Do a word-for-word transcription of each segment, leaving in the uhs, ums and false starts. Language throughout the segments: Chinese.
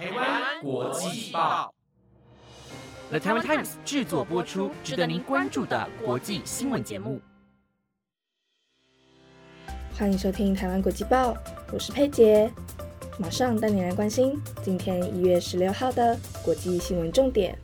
台湾国际报 The Taiwan Times 制作播出，值得您关注的国际新闻节目。 欢迎收听台湾国际报，我是佩杰，马上带你来关心今天一月十六号的国际新闻重点。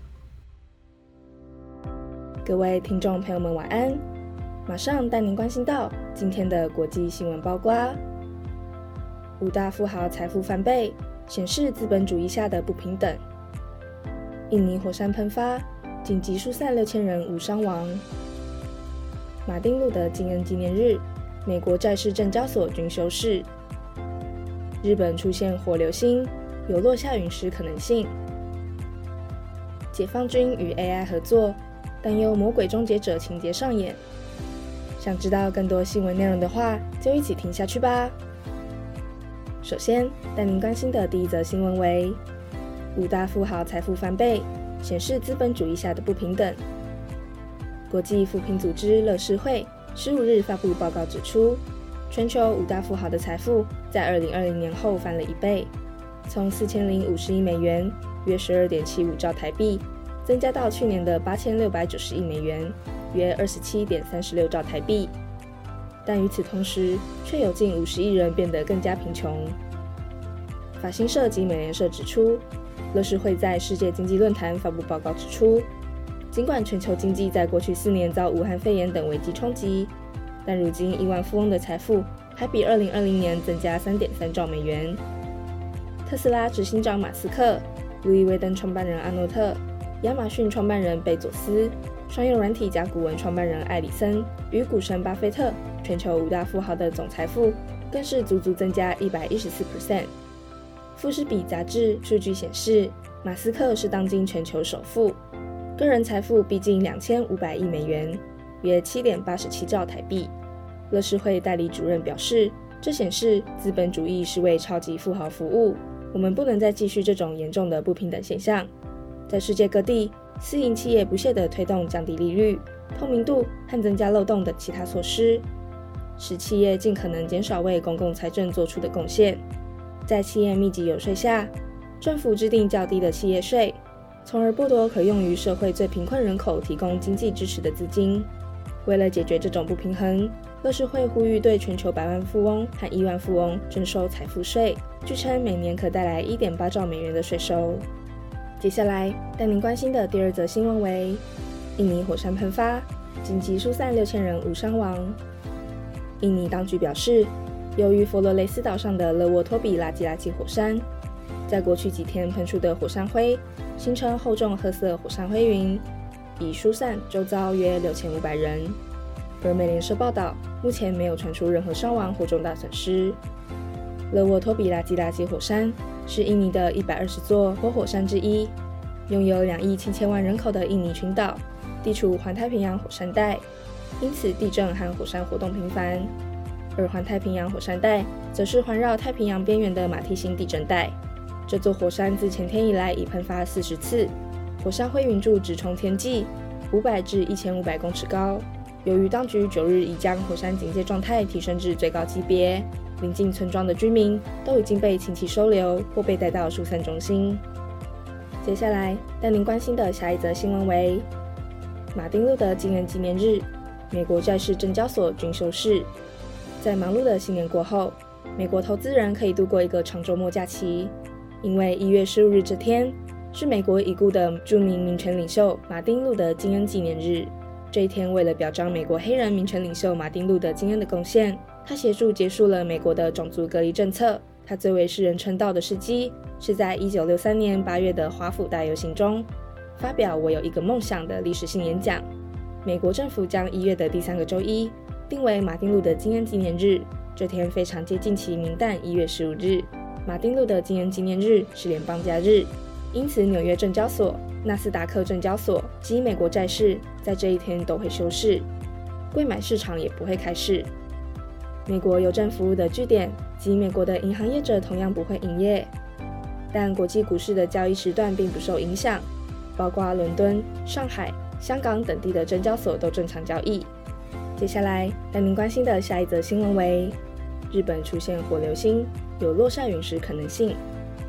各位听众朋友们晚安，马上带您关心到今天的国际新闻包括：五大富豪财富翻倍，显示资本主义下的不平等；印尼火山喷发，紧急疏散六千人无伤亡；马丁路德金恩纪念日，美国债市证交所均休市；日本出现火流星，有落下陨石可能性；解放军与 A I 合作，担忧魔鬼终结者情节上演。想知道更多新闻内容的话，就一起听下去吧。首先带您关心的第一则新闻为：五大富豪财富翻倍，显示资本主义下的不平等。国际扶贫组织乐施会十五日发布报告指出，全球五大富豪的财富在二零二零年后翻了一倍，从四千零五十亿美元（约十二点七五兆台币）增加到去年的八千六百九十亿美元（约二十七点三六兆台币）。但与此同时，却有近五十亿人变得更加贫穷。法新社及美联社指出，乐施会在世界经济论坛发布报告指出，尽管全球经济在过去四年遭武汉肺炎等危机冲击，但如今亿万富翁的财富还比二零二零年增加 三点三兆美元。特斯拉执行长马斯克、路易威登创办人阿诺特、亚马逊创办人贝佐斯、商业软体甲骨文创办人艾里森与股神巴菲特，全球五大富豪的总财富更是足足增加 百分之一百一十四。富时比杂志数据显示，马斯克是当今全球首富，个人财富逼近两千五百亿美元，约 七点八七兆台币。乐施会代理主任表示，这显示资本主义是为超级富豪服务，我们不能再继续这种严重的不平等现象。在世界各地，私营企业不懈地推动降低利率、透明度和增加漏洞等其他措施，使企业尽可能减少为公共财政做出的贡献。在企业密集游说下，政府制定较低的企业税，从而剥夺可用于社会最贫困人口提供经济支持的资金。为了解决这种不平衡，乐施会呼吁对全球百万富翁和亿万富翁征收财富税，据称每年可带来 一点八兆美元的税收。接下来带您关心的第二则新闻为：印尼火山喷发，紧急疏散六千人无伤亡。印尼当局表示，由于佛罗雷斯岛上的勒沃托比拉基拉基火山，在过去几天喷出的火山灰形成厚重褐色火山灰云，已疏散周遭约六千五百人。而美联社报道，目前没有传出任何伤亡或重大损失。勒沃托比拉基拉基火山是印尼的一百二十座活火山之一，拥有两亿七千万人口的印尼群岛，地处环太平洋火山带，因此地震和火山活动频繁。而环太平洋火山带则是环绕太平洋边缘的马蹄形地震带。这座火山自前天以来已喷发四十次，火山灰云柱直冲天际，五百至一千五百公尺高。由于当局九日已将火山警戒状态提升至最高级别，邻近村庄的居民都已经被亲戚收留或被带到疏散中心。接下来带您关心的下一则新闻为：马丁路德金恩纪念日，美国债市证交所均休市。在忙碌的新年过后，美国投资人可以度过一个长周末假期，因为一月十五日这天是美国已故的著名民权领袖马丁路德金恩纪念日。这一天，为了表彰美国黑人民权领袖马丁路德金恩的贡献，他协助结束了美国的种族隔离政策。他最为世人称道的事迹，是在一九六三年八月的华府大游行中发表我有一个梦想的历史性演讲。美国政府将一月的第三个周一定为马丁路德金恩纪念日，这天非常接近其名旦一月十五日。马丁路德金恩纪念日是联邦假日，因此纽约证交所、纳斯达克证交所及美国债市在这一天都会休市，柜买市场也不会开市。美国邮政服务的据点及美国的银行业者同样不会营业，但国际股市的交易时段并不受影响，包括伦敦、上海、香港等地的证交所都正常交易。接下来带您关心的下一则新闻为：日本出现火流星，有落下陨石可能性。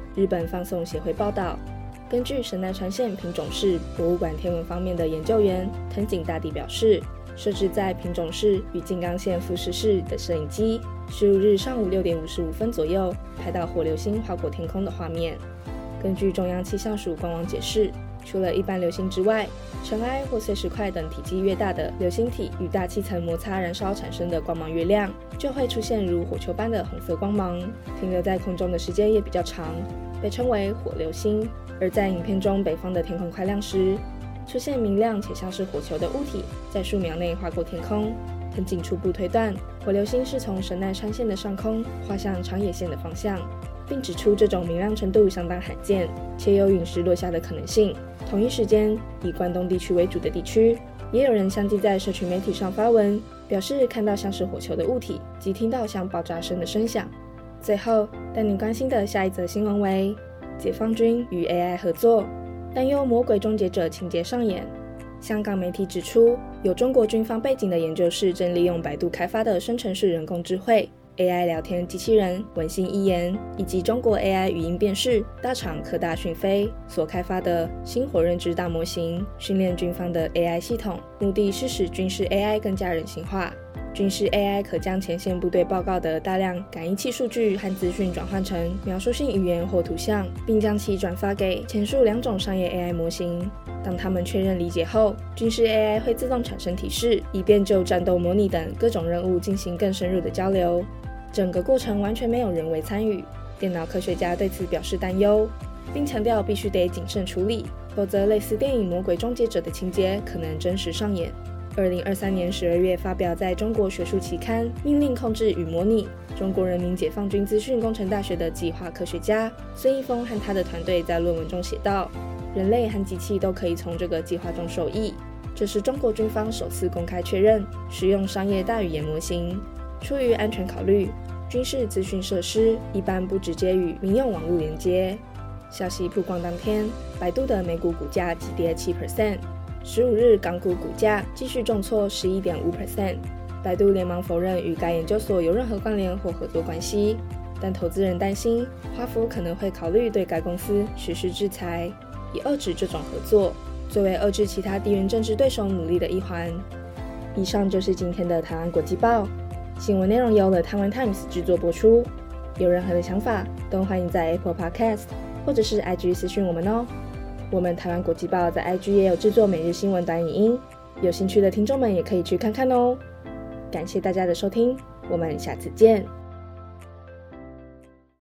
日本放送协会报道，根据神奈川县品种市博物馆天文方面的研究员藤井大地表示，设置在品种市与静冈县富士市的摄影机，十五日上午六点五十五分左右拍到火流星划过天空的画面。根据中央气象署官网解释，除了一般流星之外，尘埃或碎石块等体积越大的流星体与大气层摩擦燃烧产生的光芒越亮，就会出现如火球般的红色光芒，停留在空中的时间也比较长，被称为火流星。而在影片中北方的天空快亮时，出现明亮且像是火球的物体在数秒内划过天空。藤井初步推断，火流星是从神奈川县的上空划向长野县的方向，并指出这种明亮程度相当罕见，且有陨石落下的可能性。同一时间，以关东地区为主的地区，也有人相继在社群媒体上发文，表示看到像是火球的物体，及听到像爆炸声的声响。最后，带您关心的下一则新闻为：解放军与 A I 合作，担忧魔鬼终结者情节上演。香港媒体指出，有中国军方背景的研究室正利用百度开发的生成式人工智慧、A I 聊天机器人、文心一言，以及中国 A I 语音辨识大厂科大讯飞所开发的星火认知大模型，训练军方的 A I 系统，目的是使军事 A I 更加人性化。军事 A I 可将前线部队报告的大量感应器数据和资讯转换成描述性语言或图像，并将其转发给前述两种商业 A I 模型。当他们确认理解后，军事 A I 会自动产生提示，以便就战斗模拟等各种任务进行更深入的交流。整个过程完全没有人为参与，电脑科学家对此表示担忧，并强调必须得谨慎处理，否则类似电影《魔鬼终结者》的情节可能真实上演。二零二三年十二月发表在中国学术期刊《命令控制与模拟》，中国人民解放军资讯工程大学的计划科学家孙一峰和他的团队在论文中写道，人类和机器都可以从这个计划中受益。这是中国军方首次公开确认使用商业大语言模型。出于安全考虑，军事资讯设施一般不直接与民用网络连接。消息曝光当天，百度的美股股价急跌 百分之七， 十五日港股股价继续重挫 百分之十一点五。 百度连忙否认与该研究所有任何关联或合作关系，但投资人担心华府可能会考虑对该公司实施制裁，以遏制这种合作，作为遏制其他地缘政治对手努力的一环。以上就是今天的台湾国际报，新闻内容由The Taiwan Times 制作播出。有任何的想法，都欢迎在 Apple Podcast 或者是 I G 私讯我们哦。我们台湾国际报在 I G 也有制作每日新闻短影音，有兴趣的听众们也可以去看看哦。感谢大家的收听，我们下次见。